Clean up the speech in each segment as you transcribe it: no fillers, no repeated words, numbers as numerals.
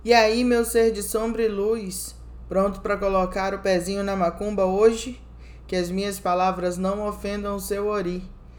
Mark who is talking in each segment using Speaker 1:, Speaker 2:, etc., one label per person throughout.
Speaker 1: E aí, meu ser de sombra e luz, pronto para colocar o pezinho na macumba hoje? Que as minhas palavras não ofendam o seu ori.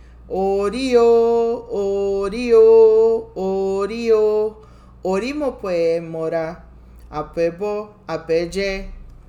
Speaker 1: Oriô, oriô, oriô, orimopoé mora, apebo, apedé.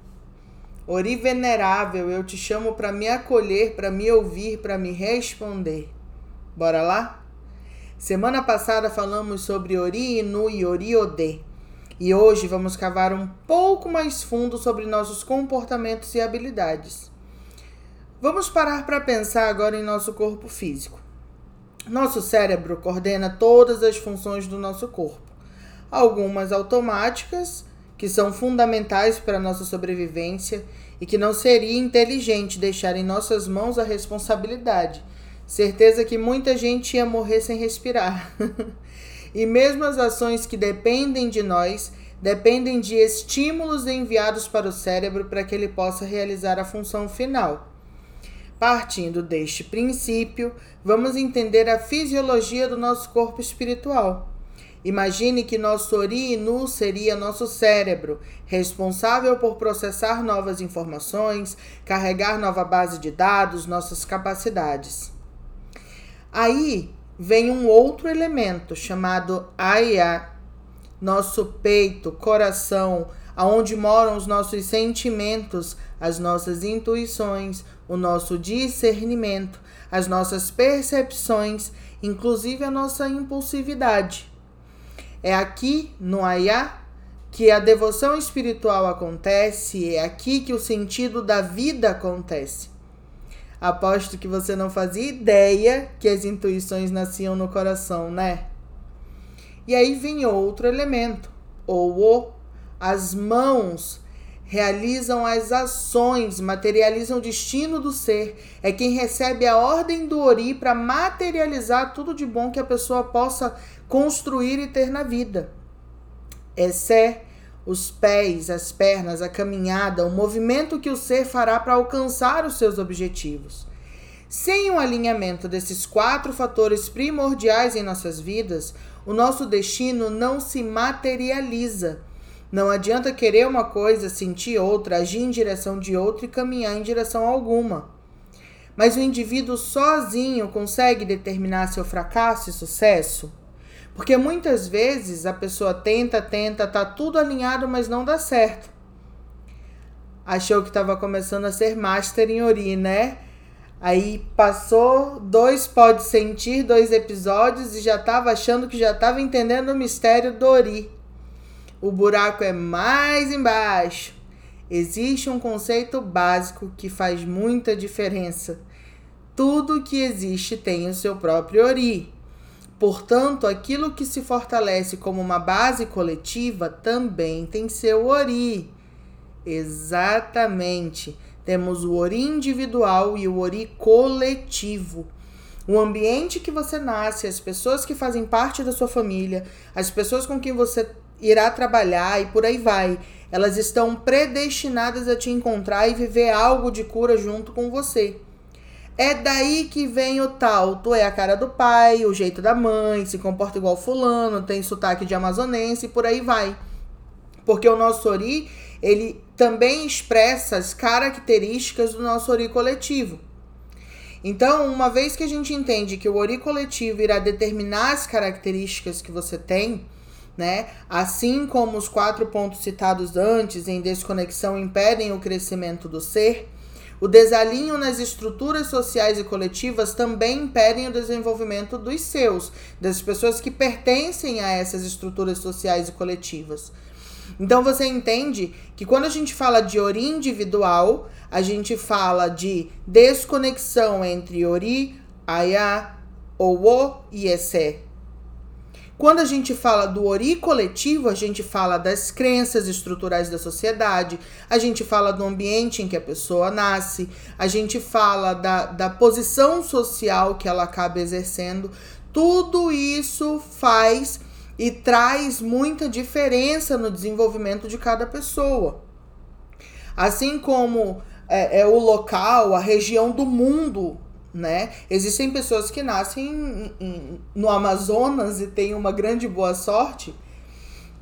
Speaker 1: Ori venerável, eu te chamo para me acolher, para me ouvir, para me responder. Bora lá? Semana passada falamos sobre Ori Inu e Ori Odê. E hoje vamos cavar um pouco mais fundo sobre nossos comportamentos e habilidades. Vamos parar para pensar agora em nosso corpo físico. Nosso cérebro coordena todas as funções do nosso corpo. Algumas automáticas, que são fundamentais para a nossa sobrevivência e que não seria inteligente deixar em nossas mãos a responsabilidade. Certeza que muita gente ia morrer sem respirar. E mesmo as ações que dependem de nós, dependem de estímulos enviados para o cérebro para que ele possa realizar a função final. Partindo deste princípio, vamos entender a fisiologia do nosso corpo espiritual. Imagine que nosso Ori Inu seria nosso cérebro, responsável por processar novas informações, carregar nova base de dados, nossas capacidades. Aí vem um outro elemento chamado Aya, nosso peito, coração, aonde moram os nossos sentimentos, as nossas intuições, o nosso discernimento, as nossas percepções, inclusive a nossa impulsividade. É aqui, no Aya, que a devoção espiritual acontece, é aqui que o sentido da vida acontece. Aposto que você não fazia ideia que as intuições nasciam no coração, né? E aí vem outro elemento, as mãos realizam as ações, materializam o destino do ser. É quem recebe a ordem do Ori para materializar tudo de bom que a pessoa possa construir e ter na vida. Os pés, as pernas, a caminhada, o movimento que o ser fará para alcançar os seus objetivos. Sem o alinhamento desses 4 fatores primordiais em nossas vidas, o nosso destino não se materializa. Não adianta querer uma coisa, sentir outra, agir em direção de outra e caminhar em direção alguma. Mas o indivíduo sozinho consegue determinar seu fracasso e sucesso? Porque muitas vezes a pessoa tenta, tá tudo alinhado, mas não dá certo. Achou que estava começando a ser master em Ori, né? Aí passou 2 pode sentir, 2 episódios e já estava achando que já estava entendendo o mistério do Ori. O buraco é mais embaixo. Existe um conceito básico que faz muita diferença. Tudo que existe tem o seu próprio Ori. Portanto, aquilo que se fortalece como uma base coletiva também tem seu Ori. Exatamente. Temos o Ori individual e o Ori coletivo. O ambiente que você nasce, as pessoas que fazem parte da sua família, as pessoas com quem você irá trabalhar e por aí vai. Elas estão predestinadas a te encontrar e viver algo de cura junto com você. É daí que vem o tal, tu é a cara do pai, o jeito da mãe, se comporta igual fulano, tem sotaque de amazonense e por aí vai. Porque o nosso Ori, ele também expressa as características do nosso Ori coletivo. Então, uma vez que a gente entende que o Ori coletivo irá determinar as características que você tem, né? Assim como os 4 pontos citados antes em desconexão impedem o crescimento do ser, o desalinho nas estruturas sociais e coletivas também impedem o desenvolvimento dos seus, das pessoas que pertencem a essas estruturas sociais e coletivas. Então você entende que quando a gente fala de Ori individual, a gente fala de desconexão entre Ori, Aya, Owo e Esse. Quando a gente fala do Ori coletivo, a gente fala das crenças estruturais da sociedade, a gente fala do ambiente em que a pessoa nasce, a gente fala da posição social que ela acaba exercendo. Tudo isso faz e traz muita diferença no desenvolvimento de cada pessoa. Assim como o local, a região do mundo, né? Existem pessoas que nascem no Amazonas e têm uma grande boa sorte,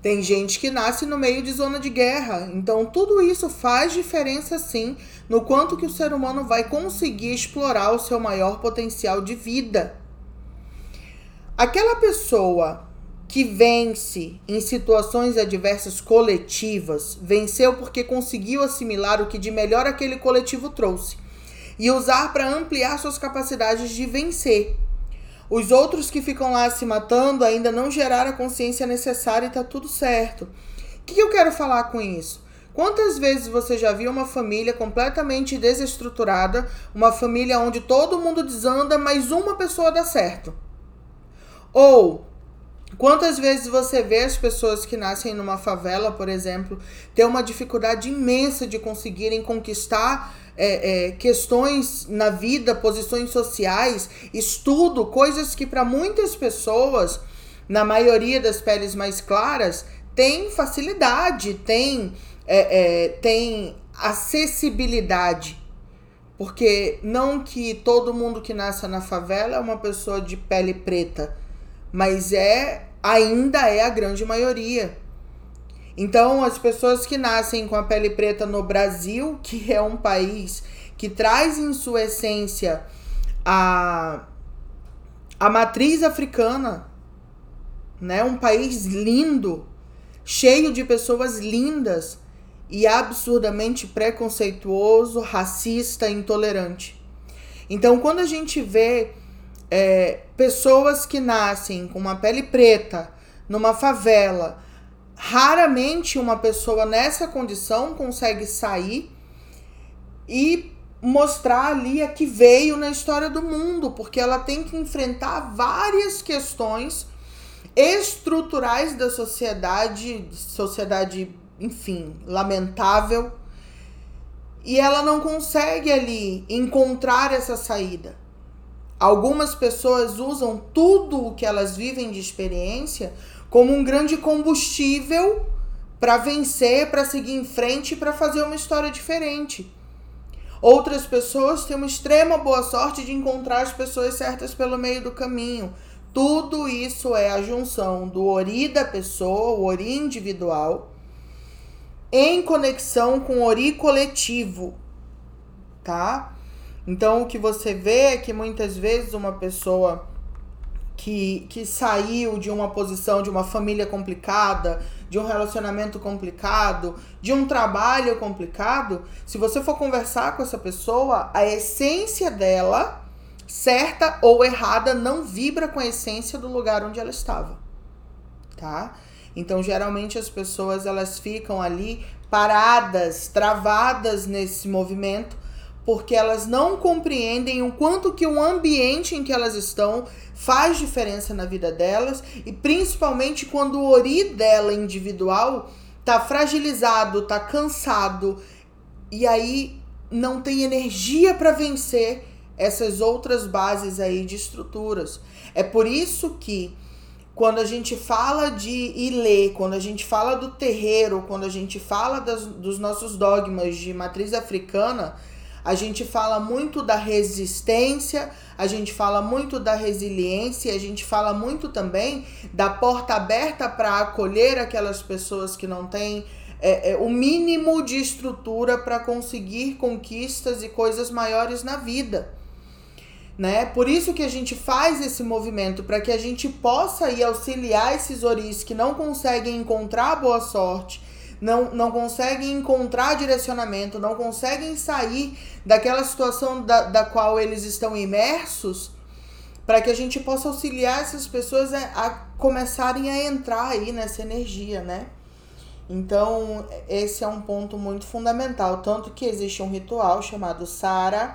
Speaker 1: Tem gente que nasce no meio de zona de guerra. Então, tudo isso faz diferença, sim, no quanto que o ser humano vai conseguir explorar o seu maior potencial de vida. Aquela pessoa que vence em situações adversas coletivas, venceu porque conseguiu assimilar o que de melhor aquele coletivo trouxe e usar para ampliar suas capacidades de vencer. Os outros que ficam lá se matando ainda não geraram a consciência necessária e tá tudo certo. O que eu quero falar com isso? Quantas vezes você já viu uma família completamente desestruturada, uma família onde todo mundo desanda, mas uma pessoa dá certo? Ou quantas vezes você vê as pessoas que nascem numa favela, por exemplo, ter uma dificuldade imensa de conseguirem conquistar questões na vida, posições sociais, estudo, coisas que para muitas pessoas, na maioria das peles mais claras, tem facilidade, tem acessibilidade. Porque não que todo mundo que nasce na favela é uma pessoa de pele preta, mas ainda é a grande maioria. Então, as pessoas que nascem com a pele preta no Brasil, que é um país que traz em sua essência a matriz africana, né? Um país lindo, cheio de pessoas lindas e absurdamente preconceituoso, racista, intolerante. Então, quando a gente vê pessoas que nascem com uma pele preta numa favela, raramente uma pessoa nessa condição consegue sair e mostrar ali a que veio na história do mundo, porque ela tem que enfrentar várias questões estruturais da sociedade, enfim, lamentável, e ela não consegue ali encontrar essa saída. Algumas pessoas usam tudo o que elas vivem de experiência como um grande combustível para vencer, para seguir em frente, para fazer uma história diferente. Outras pessoas têm uma extrema boa sorte de encontrar as pessoas certas pelo meio do caminho. Tudo isso é a junção do ori da pessoa, o ori individual, em conexão com o ori coletivo, tá? Então, o que você vê é que muitas vezes uma pessoa que saiu de uma posição, de uma família complicada, de um relacionamento complicado, de um trabalho complicado, se você for conversar com essa pessoa, a essência dela, certa ou errada, não vibra com a essência do lugar onde ela estava, tá? Então, geralmente as pessoas elas ficam ali paradas, travadas nesse movimento, porque elas não compreendem o quanto que o ambiente em que elas estão faz diferença na vida delas, e principalmente quando o ori dela individual tá fragilizado, tá cansado, e aí não tem energia para vencer essas outras bases aí de estruturas. É por isso que quando a gente fala de Ilê, quando a gente fala do terreiro, quando a gente fala dos nossos dogmas de matriz africana, a gente fala muito da resistência, a gente fala muito da resiliência, a gente fala muito também da porta aberta para acolher aquelas pessoas que não têm o mínimo de estrutura para conseguir conquistas e coisas maiores na vida, né? Por isso que a gente faz esse movimento, para que a gente possa ir auxiliar esses oris que não conseguem encontrar a boa sorte, não conseguem encontrar direcionamento, não conseguem sair daquela situação da qual eles estão imersos, para que a gente possa auxiliar essas pessoas a começarem a entrar aí nessa energia, né? Então, esse é um ponto muito fundamental, tanto que existe um ritual chamado Sara,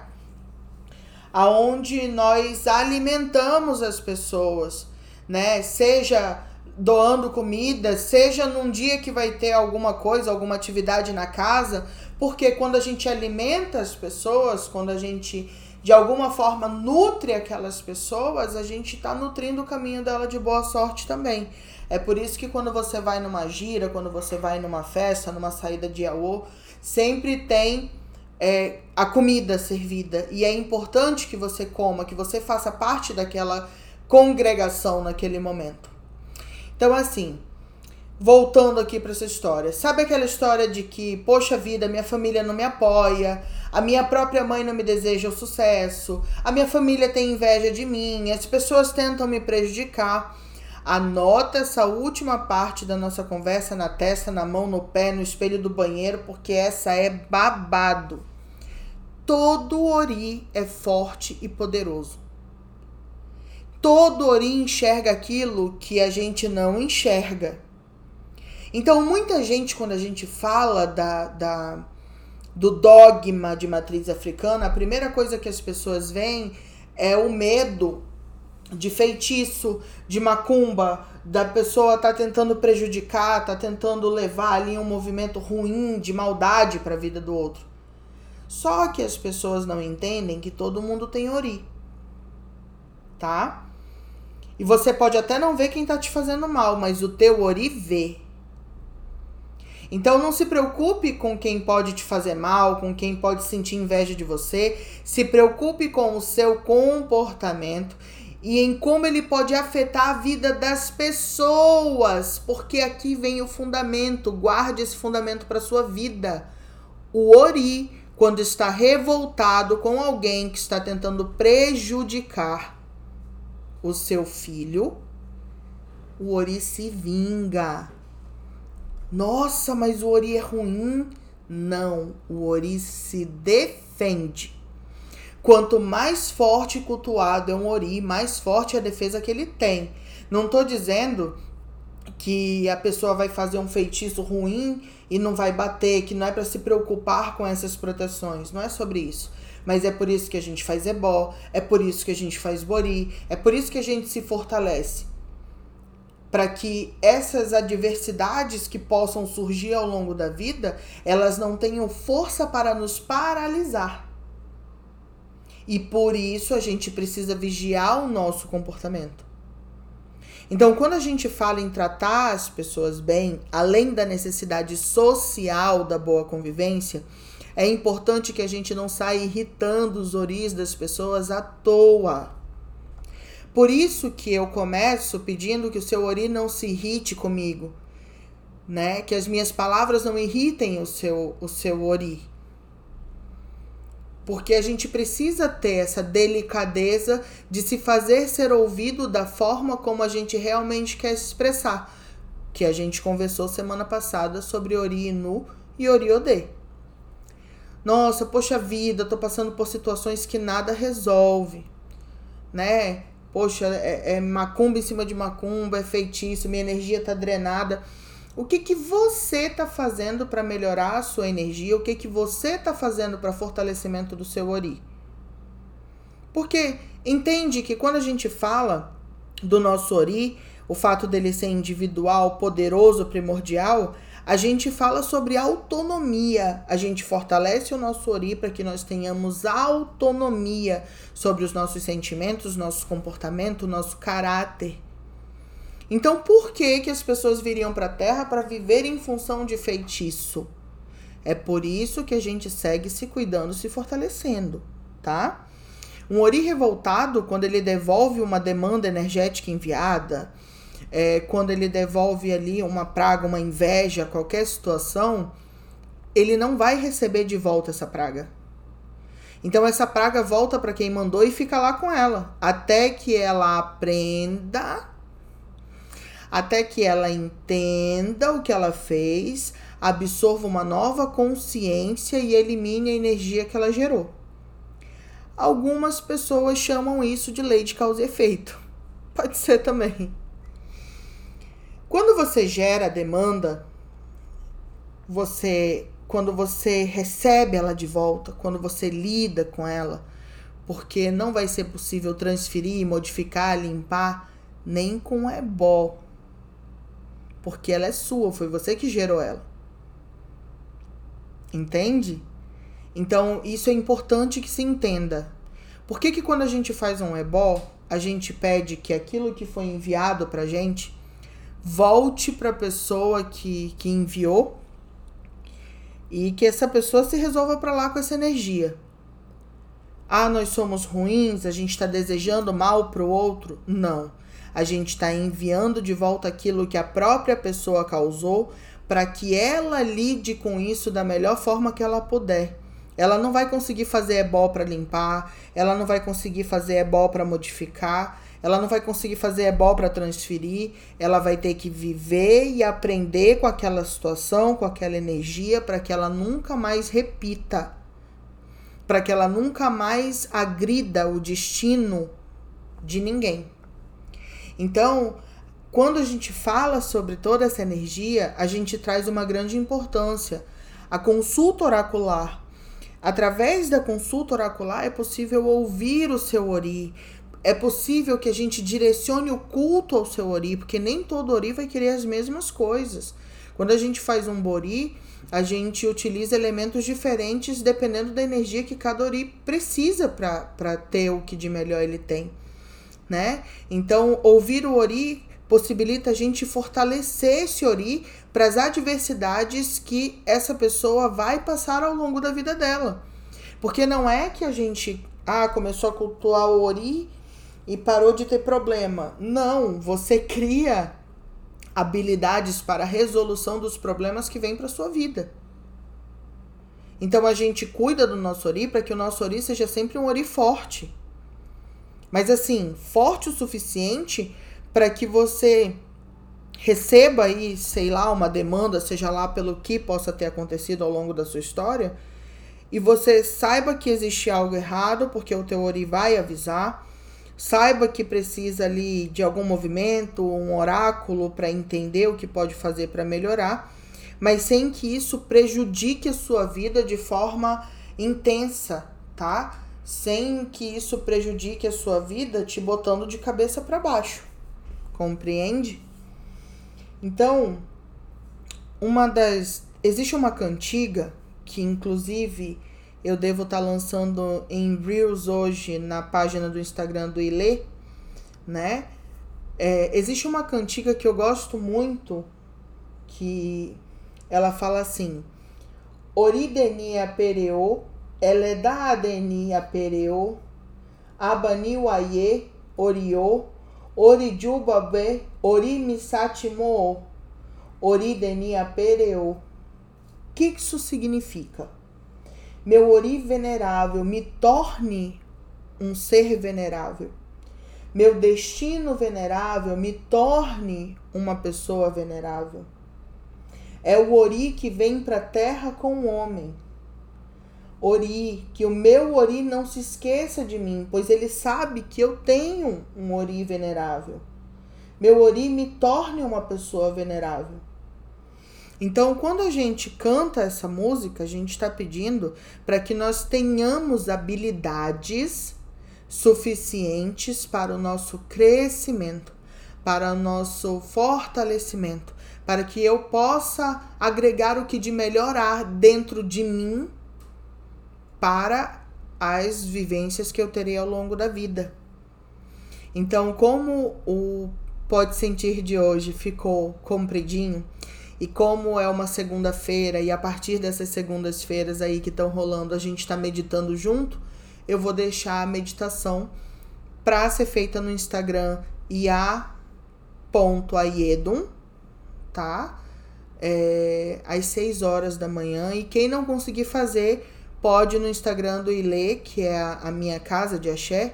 Speaker 1: aonde nós alimentamos as pessoas, né? Seja doando comida, seja num dia que vai ter alguma coisa, alguma atividade na casa, porque quando a gente alimenta as pessoas, quando a gente de alguma forma nutre aquelas pessoas, a gente está nutrindo o caminho dela de boa sorte também. É por isso que quando você vai numa gira, quando você vai numa festa, numa saída de iaô, sempre tem a comida servida, e é importante que você coma, que você faça parte daquela congregação naquele momento. Então, assim, voltando aqui para essa história. Sabe aquela história de que, poxa vida, minha família não me apoia, a minha própria mãe não me deseja o sucesso, a minha família tem inveja de mim, as pessoas tentam me prejudicar. Anota essa última parte da nossa conversa na testa, na mão, no pé, no espelho do banheiro, porque essa é babado. Todo ori é forte e poderoso. Todo ori enxerga aquilo que a gente não enxerga. Então, muita gente, quando a gente fala do dogma de matriz africana, a primeira coisa que as pessoas veem é o medo de feitiço, de macumba, da pessoa tá tentando prejudicar, tá tentando levar ali um movimento ruim, de maldade para a vida do outro. Só que as pessoas não entendem que todo mundo tem ori, tá? E você pode até não ver quem tá te fazendo mal, mas o teu ori vê. Então não se preocupe com quem pode te fazer mal, com quem pode sentir inveja de você. Se preocupe com o seu comportamento e em como ele pode afetar a vida das pessoas. Porque aqui vem o fundamento, guarde esse fundamento para sua vida. O ori, quando está revoltado com alguém que está tentando prejudicar o seu filho, o ori se vinga. Nossa, mas o ori é ruim? Não, o ori se defende. Quanto mais forte e cultuado é um ori, mais forte é a defesa que ele tem. Não tô dizendo que a pessoa vai fazer um feitiço ruim e não vai bater, que não é para se preocupar com essas proteções. Não é sobre isso. Mas é por isso que a gente faz ebó, é por isso que a gente faz bori, é por isso que a gente se fortalece. Para que essas adversidades que possam surgir ao longo da vida, elas não tenham força para nos paralisar. E por isso a gente precisa vigiar o nosso comportamento. Então, quando a gente fala em tratar as pessoas bem, além da necessidade social da boa convivência, é importante que a gente não saia irritando os oris das pessoas à toa. Por isso que eu começo pedindo que o seu ori não se irrite comigo, né? Que as minhas palavras não irritem o seu ori. Porque a gente precisa ter essa delicadeza de se fazer ser ouvido da forma como a gente realmente quer se expressar. Que a gente conversou semana passada sobre ori inu e ori odê. Nossa, poxa vida, tô passando por situações que nada resolve, né? Poxa, é macumba em cima de macumba, é feitiço, minha energia tá drenada. O que você tá fazendo para melhorar a sua energia? O que você tá fazendo para fortalecimento do seu ori? Porque entende que quando a gente fala do nosso ori, o fato dele ser individual, poderoso, primordial, a gente fala sobre autonomia. A gente fortalece o nosso ori para que nós tenhamos autonomia sobre os nossos sentimentos, nosso comportamento, nosso caráter. Então, por que as pessoas viriam para a Terra para viver em função de feitiço? É por isso que a gente segue se cuidando, se fortalecendo, tá? Um ori revoltado, quando ele devolve uma demanda energética enviada, quando ele devolve ali uma praga, uma inveja, qualquer situação, ele não vai receber de volta essa praga. Então essa praga volta para quem mandou e fica lá com ela, até que ela aprenda, até que ela entenda o que ela fez, absorva uma nova consciência e elimine a energia que ela gerou. Algumas pessoas chamam isso de lei de causa e efeito. Pode ser também. Quando você gera a demanda, quando você recebe ela de volta, quando você lida com ela, porque não vai ser possível transferir, modificar, limpar, nem com ebó, porque ela é sua, foi você que gerou ela. Entende? Então, isso é importante que se entenda. Por que quando a gente faz um ebó, a gente pede que aquilo que foi enviado pra gente volte para a pessoa que enviou e que essa pessoa se resolva para lá com essa energia. Ah, nós somos ruins, a gente está desejando mal para o outro? Não. a gente está enviando de volta aquilo que a própria pessoa causou para que ela lide com isso da melhor forma que ela puder. Ela não vai conseguir fazer ebó para limpar, ela não vai conseguir fazer ebó para modificar, ela não vai conseguir fazer ebó para transferir, ela vai ter que viver e aprender com aquela situação, com aquela energia, para que ela nunca mais repita, para que ela nunca mais agrida o destino de ninguém. Então, quando a gente fala sobre toda essa energia, a gente traz uma grande importância. A consulta oracular. Através da consulta oracular é possível ouvir o seu ori. É possível que a gente direcione o culto ao seu ori, porque nem todo ori vai querer as mesmas coisas. Quando a gente faz um bori, a gente utiliza elementos diferentes dependendo da energia que cada ori precisa para ter o que de melhor ele tem, né? Então, ouvir o ori possibilita a gente fortalecer esse ori para as adversidades que essa pessoa vai passar ao longo da vida dela. Porque não é que a gente começou a cultuar o ori e parou de ter problema. Não, você cria habilidades para a resolução dos problemas que vêm para sua vida. Então a gente cuida do nosso ori para que o nosso ori seja sempre um ori forte. Mas assim, forte o suficiente para que você receba aí, sei lá, uma demanda, seja lá pelo que possa ter acontecido ao longo da sua história, e você saiba que existe algo errado, porque o teu ori vai avisar, saiba que precisa ali de algum movimento, um oráculo para entender o que pode fazer para melhorar, mas sem que isso prejudique a sua vida de forma intensa, tá? Sem que isso prejudique a sua vida te botando de cabeça para baixo. Compreende? Então, existe uma cantiga que inclusive eu devo estar lançando em Reels hoje na página do Instagram do Ilê, né? Existe uma cantiga que eu gosto muito, que ela fala assim: Orideni apereo, eleda adeni apereo, abani waye, oriô, orijubabe, orimisatimo, orideni apereo. O que isso significa? Meu ori venerável, me torne um ser venerável. Meu destino venerável, me torne uma pessoa venerável. É o ori que vem para a terra com o homem. Ori, que o meu ori não se esqueça de mim, pois ele sabe que eu tenho um ori venerável. Meu ori me torne uma pessoa venerável. Então, quando a gente canta essa música, a gente está pedindo para que nós tenhamos habilidades suficientes para o nosso crescimento, para o nosso fortalecimento, para que eu possa agregar o que de melhor há dentro de mim para as vivências que eu terei ao longo da vida. Então, como o Pode Sentir de hoje ficou compridinho, e como é uma segunda-feira, e a partir dessas segundas-feiras aí que estão rolando, a gente está meditando junto, eu vou deixar a meditação para ser feita no Instagram ia.aiedum, tá? Às 6 horas da manhã. E quem não conseguir fazer, pode no Instagram do Ilê, que é a minha casa de axé,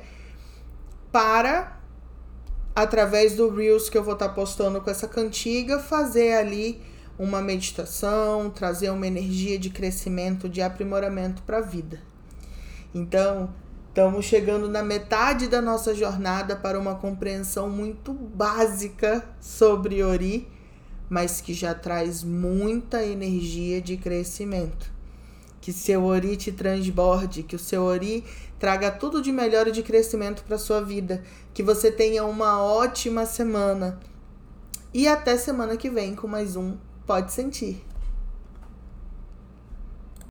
Speaker 1: através do Reels que eu vou estar postando com essa cantiga, fazer ali uma meditação, trazer uma energia de crescimento, de aprimoramento para a vida. Então, estamos chegando na metade da nossa jornada para uma compreensão muito básica sobre ori, mas que já traz muita energia de crescimento. Que seu ori te transborde, que o seu ori traga tudo de melhor e de crescimento para sua vida. Que você tenha uma ótima semana. E até semana que vem com mais um Pode Sentir.